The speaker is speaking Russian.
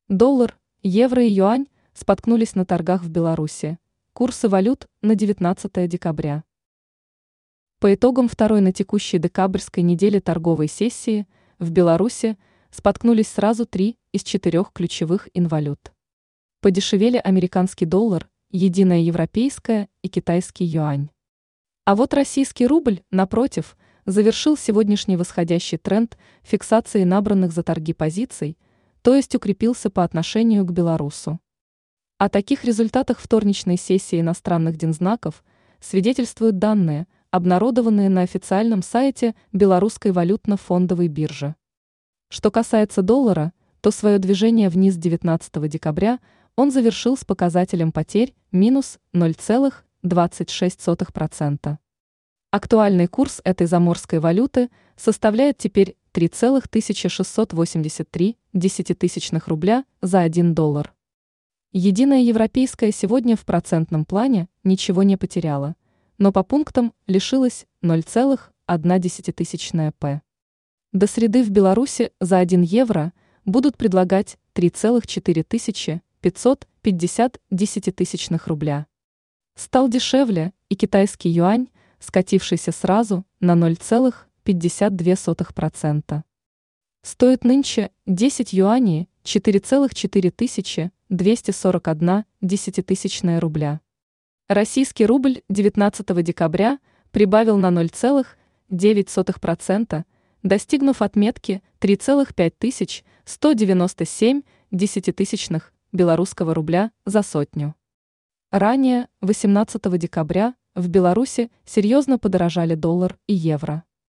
Доллар, евро и юань споткнулись на торгах в Беларуси. Курсы валют на 19 декабря. По итогам второй на текущей декабрьской неделе торговой сессии в Беларуси споткнулись сразу 3 из 4 ключевых инвалют. Подешевели американский доллар, единая европейская и китайский юань. А вот российский рубль, напротив, завершил сегодняшний восходящий тренд фиксации набранных за торги позиций, то есть укрепился по отношению к белорусу. О таких результатах вторничной сессии иностранных дензнаков свидетельствуют данные, обнародованные на официальном сайте Белорусской валютно-фондовой биржи. Что касается доллара, то свое движение вниз 19 декабря он завершил с показателем потерь минус 0,26%. Актуальный курс этой заморской валюты составляет теперь 3,1683 рубля за 1 доллар. Единая европейская сегодня в процентном плане ничего не потеряла, но по пунктам лишилась 0,1 п. До среды в Беларуси за 1 евро будут предлагать 3,4550 рубля. Стал дешевле и китайский юань, скатившийся сразу на 0,52%. Стоит нынче 10 юаней 4,4241 рубля. Российский рубль 19 декабря прибавил на 0,9%, достигнув отметки 3,5197 белорусского рубля за сотню. Ранее, 18 декабря, в Беларуси серьезно подорожали доллар и евро.